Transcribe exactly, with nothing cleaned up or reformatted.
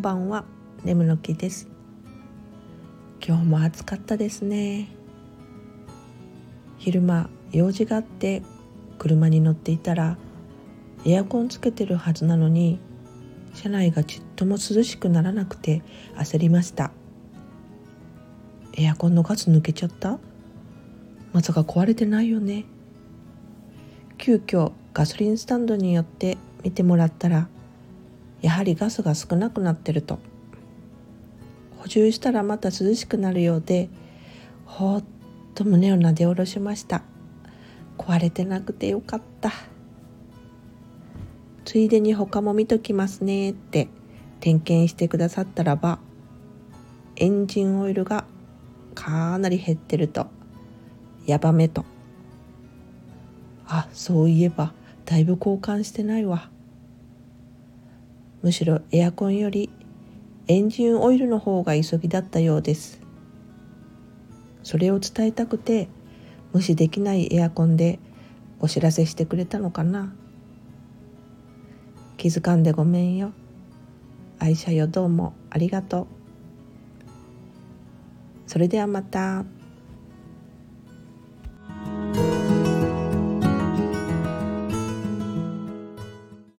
ばんは、ねむの木です。今日も暑かったですね。昼間用事があって車に乗っていたら、エアコンつけてるはずなのに車内がちっとも涼しくならなくて焦りました。エアコンのガス抜けちゃった？まさか壊れてないよね。急遽ガソリンスタンドに寄って見てもらったら、やはりガスが少なくなってると。補充したらまた涼しくなるようで、ほーっと胸をなで下ろしました。壊れてなくてよかった。ついでに他も見ときますねって点検してくださったらば、エンジンオイルがかなり減ってると。やばめと。あ、そういえばだいぶ交換してないわ。むしろエアコンよりエンジンオイルの方が急ぎだったようです。それを伝えたくて無視できないエアコンでお知らせしてくれたのかな。気づかんでごめんよ。愛車よ、どうもありがとう。それではまた。